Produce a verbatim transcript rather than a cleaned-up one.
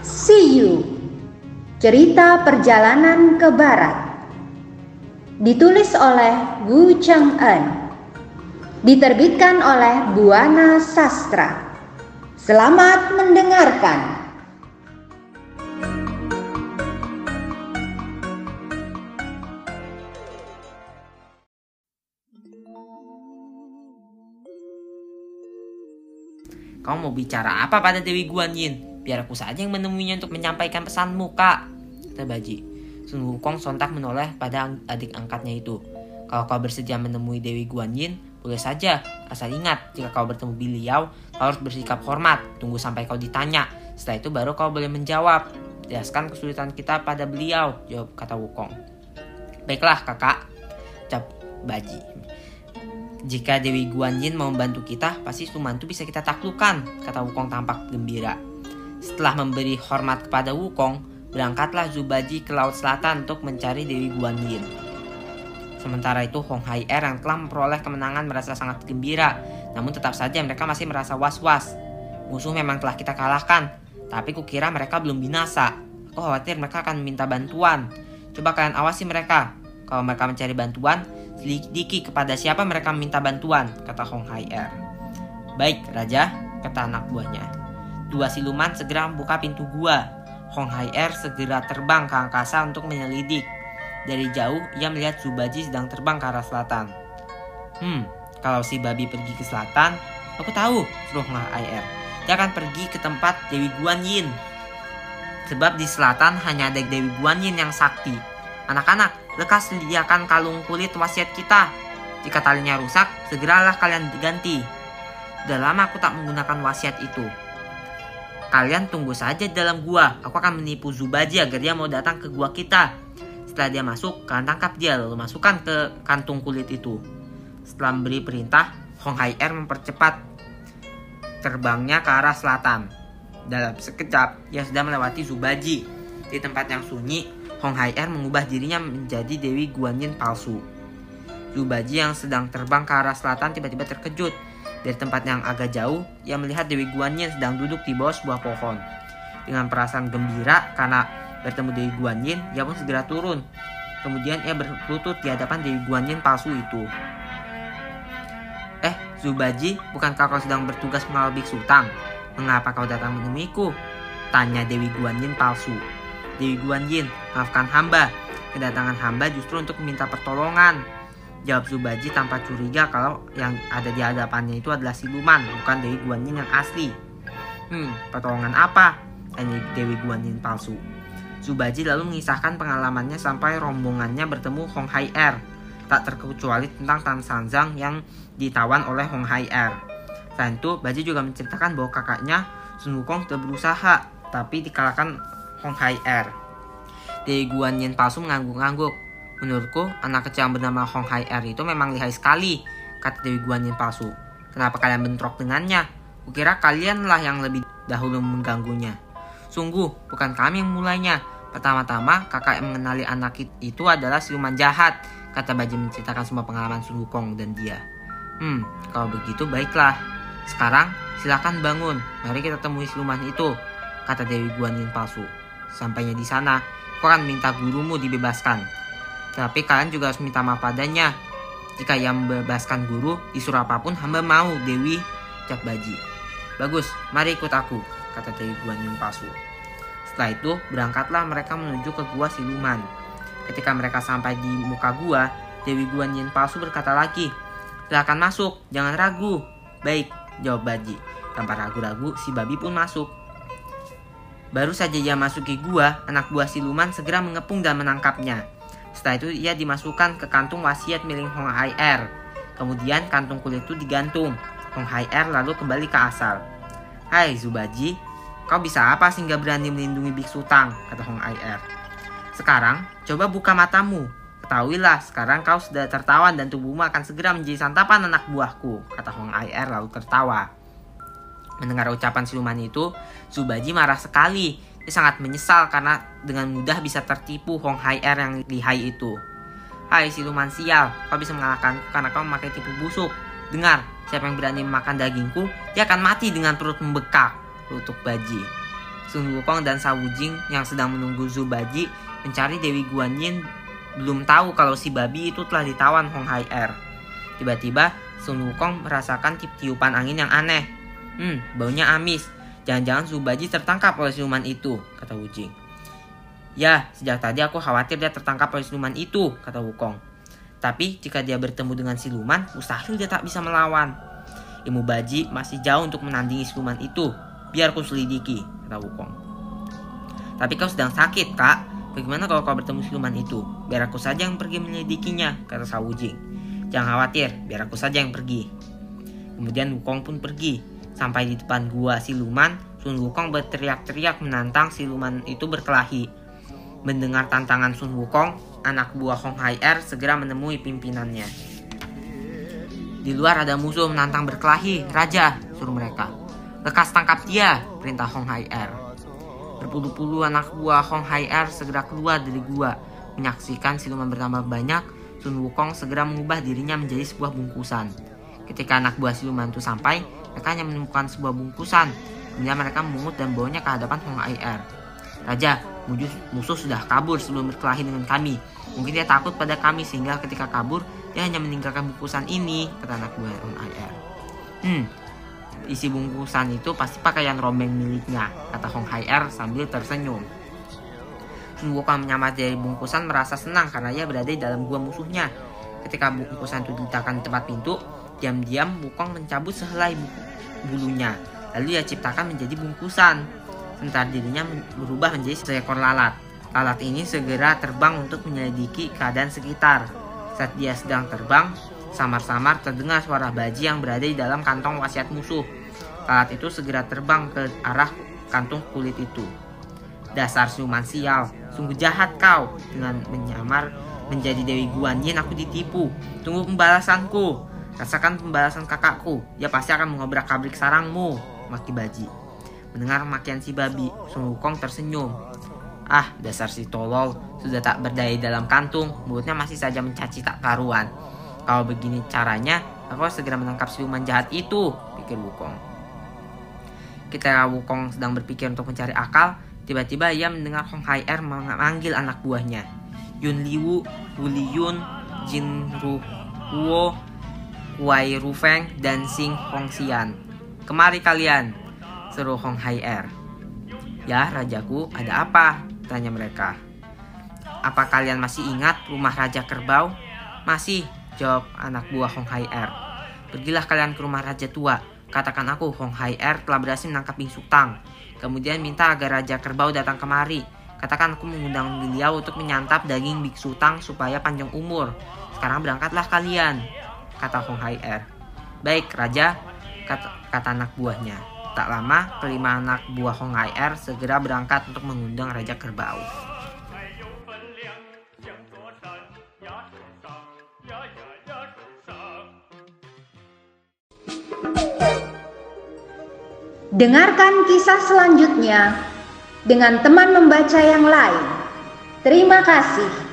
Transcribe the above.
See You, cerita perjalanan ke barat. Ditulis oleh Wu Cheng-en. Diterbitkan oleh Buana Sastra. Selamat mendengarkan. Kau mau bicara apa pada Dewi Guanyin? Biar aku saja yang menemuinya untuk menyampaikan pesanmu, Kak, kata Baji. Sun Wukong sontak menoleh pada adik angkatnya itu. Kalau kau bersedia menemui Dewi Guanyin, boleh saja. Asal ingat, jika kau bertemu beliau, kau harus bersikap hormat. Tunggu sampai kau ditanya. Setelah itu baru kau boleh menjawab. Jelaskan kesulitan kita pada beliau, jawab kata Wukong. Baiklah, kakak, ucap Baji. Jika Dewi Guanyin mau membantu kita, pasti Sumantu bisa kita taklukkan, kata Wukong tampak gembira. Setelah memberi hormat kepada Wukong, berangkatlah Zubaji ke Laut Selatan untuk mencari Dewi Guanyin. Sementara itu Hong Hai-er yang telah memperoleh kemenangan merasa sangat gembira, namun tetap saja mereka masih merasa was-was. Musuh memang telah kita kalahkan, tapi kukira mereka belum binasa. Aku khawatir mereka akan meminta bantuan. Coba kalian awasi mereka. Kalau mereka mencari bantuan, selidiki kepada siapa mereka meminta bantuan, kata Hong Hai-er. Baik, Raja, kata anak buahnya. Dua siluman segera membuka pintu gua. Hong Hai-er segera terbang ke angkasa untuk menyelidik. Dari jauh, ia melihat Zubaji sedang terbang ke arah selatan. Hmm, kalau si babi pergi ke selatan, aku tahu, suruh Hong Hai-er. Dia akan pergi ke tempat Dewi Guanyin. Sebab di selatan hanya ada Dewi Guanyin yang sakti. Anak-anak, lekas sediakan kalung kulit wasiat kita. Jika talinya rusak, segeralah kalian diganti. Sudah lama aku tak menggunakan wasiat itu. Kalian tunggu saja di dalam gua. Aku akan menipu Zubaji agar dia mau datang ke gua kita. Setelah dia masuk, kalian tangkap dia lalu masukkan ke kantung kulit itu. Setelah memberi perintah, Hong Hai-er mempercepat terbangnya ke arah selatan. Dalam sekejap, ia sudah melewati Zubaji. Di tempat yang sunyi, Hong Hai-er mengubah dirinya menjadi Dewi Guanyin palsu. Zubaji yang sedang terbang ke arah selatan tiba-tiba terkejut. Dari tempat yang agak jauh, ia melihat Dewi Guanyin sedang duduk di bawah sebuah pohon. Dengan perasaan gembira karena bertemu Dewi Guanyin, ia pun segera turun. Kemudian ia berlutut di hadapan Dewi Guanyin palsu itu. Eh, Zubaji, bukankah kau sedang bertugas mengawal biksu Tang? Mengapa kau datang menemuiku? Tanya Dewi Guanyin palsu. Dewi Guanyin, maafkan hamba. Kedatangan hamba justru untuk meminta pertolongan, jawab Zubaji tanpa curiga kalau yang ada di hadapannya itu adalah siluman, bukan Dewi Guanyin yang asli. Hmm, pertolongan apa? Tanya Dewi Guanyin palsu. Zubaji lalu mengisahkan pengalamannya sampai rombongannya bertemu Hong Hai-er, tak terkecuali tentang Tan Sanzang yang ditawan oleh Hong Hai-er. Selain itu, Baji juga menceritakan bahwa kakaknya Sun Wukong telah berusaha, tapi dikalahkan Hong Hai-er. Dewi Guanyin palsu mengangguk-angguk. Menurutku, anak kecil yang bernama Hong Hai-er itu memang lihai sekali, kata Dewi Guanyin palsu. Kenapa kalian bentrok dengannya? Kukira kalianlah yang lebih dahulu mengganggunya. Sungguh, bukan kami yang mulainya. Pertama-tama, kakak yang mengenali anak itu adalah siluman jahat, kata Baji menceritakan semua pengalaman Sun Wukong dan dia. Hmm, kalau begitu baiklah. Sekarang, silakan bangun. Mari kita temui siluman itu, kata Dewi Guanyin palsu. Sampainya di sana, aku akan minta gurumu dibebaskan. Tapi kalian juga harus minta maaf padanya. Jika ia membebaskan guru, disuruh apapun hamba mau, Dewi, ucap Baji. Bagus, mari ikut aku, kata Dewi Guanyin palsu. Setelah itu, berangkatlah mereka menuju ke gua siluman. Ketika mereka sampai di muka gua, Dewi Guanyin palsu berkata lagi, silakan masuk, jangan ragu. Baik, jawab Baji. Tanpa ragu-ragu, si babi pun masuk. Baru saja ia masuki gua, anak buah siluman segera mengepung dan menangkapnya. Setelah itu ia dimasukkan ke kantung wasiat milik Hong Hai-er. Kemudian kantung kulit itu digantung. Hong Hai-er lalu kembali ke asal. Hai Zubaji, kau bisa apa sehingga berani melindungi biksu Tang, kata Hong Hai-er. Sekarang coba buka matamu. Ketahuilah sekarang kau sudah tertawan dan tubuhmu akan segera menjadi santapan anak buahku, kata Hong Hai-er lalu tertawa. Mendengar ucapan siluman itu, Zubaji marah sekali. Dia sangat menyesal karena dengan mudah bisa tertipu Hong Hai-er yang lihai itu. Hai siluman sial, kau bisa mengalahkanku karena kau memakai tipu busuk. Dengar, siapa yang berani memakan dagingku, dia akan mati dengan perut membekak, kutuk Baji. Sun Wukong dan Shao Wujing yang sedang menunggu Zhu Baji mencari Dewi Guanyin belum tahu kalau si babi itu telah ditawan Hong Hai Er. Tiba-tiba Sun Wukong merasakan tiup-tiupan angin yang aneh. Hmm, baunya amis. Jangan-jangan Zhu Baji tertangkap oleh siluman itu, kata Wujing. Ya, sejak tadi aku khawatir dia tertangkap oleh siluman itu, kata Wukong. Tapi jika dia bertemu dengan siluman, mustahil dia tak bisa melawan. Ilmu Baji masih jauh untuk menandingi siluman itu. Biar aku selidiki, kata Wukong. Tapi kau sedang sakit, Kak. Bagaimana kalau kau bertemu siluman itu? Biar aku saja yang pergi menyelidikinya, kata Shao Wujing. Jangan khawatir, biar aku saja yang pergi. Kemudian Wukong pun pergi. Sampai di depan gua siluman, Sun Wukong berteriak-teriak menantang siluman itu berkelahi. Mendengar tantangan Sun Wukong, anak buah Hong Hai Er segera menemui pimpinannya. Di luar ada musuh menantang berkelahi, Raja, suruh mereka. Lekas tangkap dia, perintah Hong Hai Er. Berpuluh-puluh anak buah Hong Hai Er segera keluar dari gua. Menyaksikan siluman bertambah banyak, Sun Wukong segera mengubah dirinya menjadi sebuah bungkusan. Ketika anak buah siluman itu sampai, mereka hanya menemukan sebuah bungkusan. Kemudian mereka memungut dan bawanya ke hadapan Hong Hai Er. Raja, musuh sudah kabur sebelum berkelahi dengan kami. Mungkin dia takut pada kami sehingga ketika kabur, dia hanya meninggalkan bungkusan ini, kata anak buah Hong Hai Er. Hmm, isi bungkusan itu pasti pakaian rombeng miliknya, kata Hong Hai Er sambil tersenyum. Sun Wukong menyamar dari bungkusan merasa senang karena ia berada di dalam gua musuhnya. Ketika bungkusan itu diletakkan di tempat pintu, diam-diam Wukong mencabut sehelai bulunya. Lalu ia ciptakan menjadi bungkusan. Sementara dirinya berubah menjadi seekor lalat. Lalat ini segera terbang untuk menyelidiki keadaan sekitar. Saat dia sedang terbang, samar-samar terdengar suara Baji yang berada di dalam kantong wasiat musuh. Lalat itu segera terbang ke arah kantung kulit itu. Dasar siluman sial, sungguh jahat kau. Dengan menyamar menjadi Dewi Guanyin aku ditipu. Tunggu pembalasanku. Rasakan pembalasan kakakku. Dia pasti akan mengobrak-abrik sarangmu, maki Baji. Mendengar makian si babi, Sun Wukong tersenyum. Ah, dasar si tolol, sudah tak berdaya dalam kantung, mulutnya masih saja mencaci tak karuan. Kalau begini caranya, aku harus segera menangkap siluman jahat itu, pikir Wukong. Ketika Wukong sedang berpikir untuk mencari akal, tiba-tiba ia mendengar Hong Hai Er memanggil anak buahnya. Yun Liwu, Wu Liyun, Jin Ru Huo, Wai Rufeng, dan Xing Hongxian. Kemari kalian, seru Hong Hai Er. Ya, rajaku, ada apa? Tanya mereka. Apa kalian masih ingat rumah Raja Kerbau? Masih, jawab anak buah Hong Hai Er. Pergilah kalian ke rumah Raja Tua. Katakan aku, Hong Hai Er telah berhasil menangkap Biksu Tang. Kemudian minta agar Raja Kerbau datang kemari. Katakan aku mengundang beliau untuk menyantap daging Biksu Tang supaya panjang umur. Sekarang berangkatlah kalian, kata Hong Hai Er. Baik, Raja, kata, kata anak buahnya. Tak lama, kelima anak buah Hong Hai Er segera berangkat untuk mengundang Raja Kerbau. Dengarkan kisah selanjutnya dengan teman membaca yang lain. Terima kasih.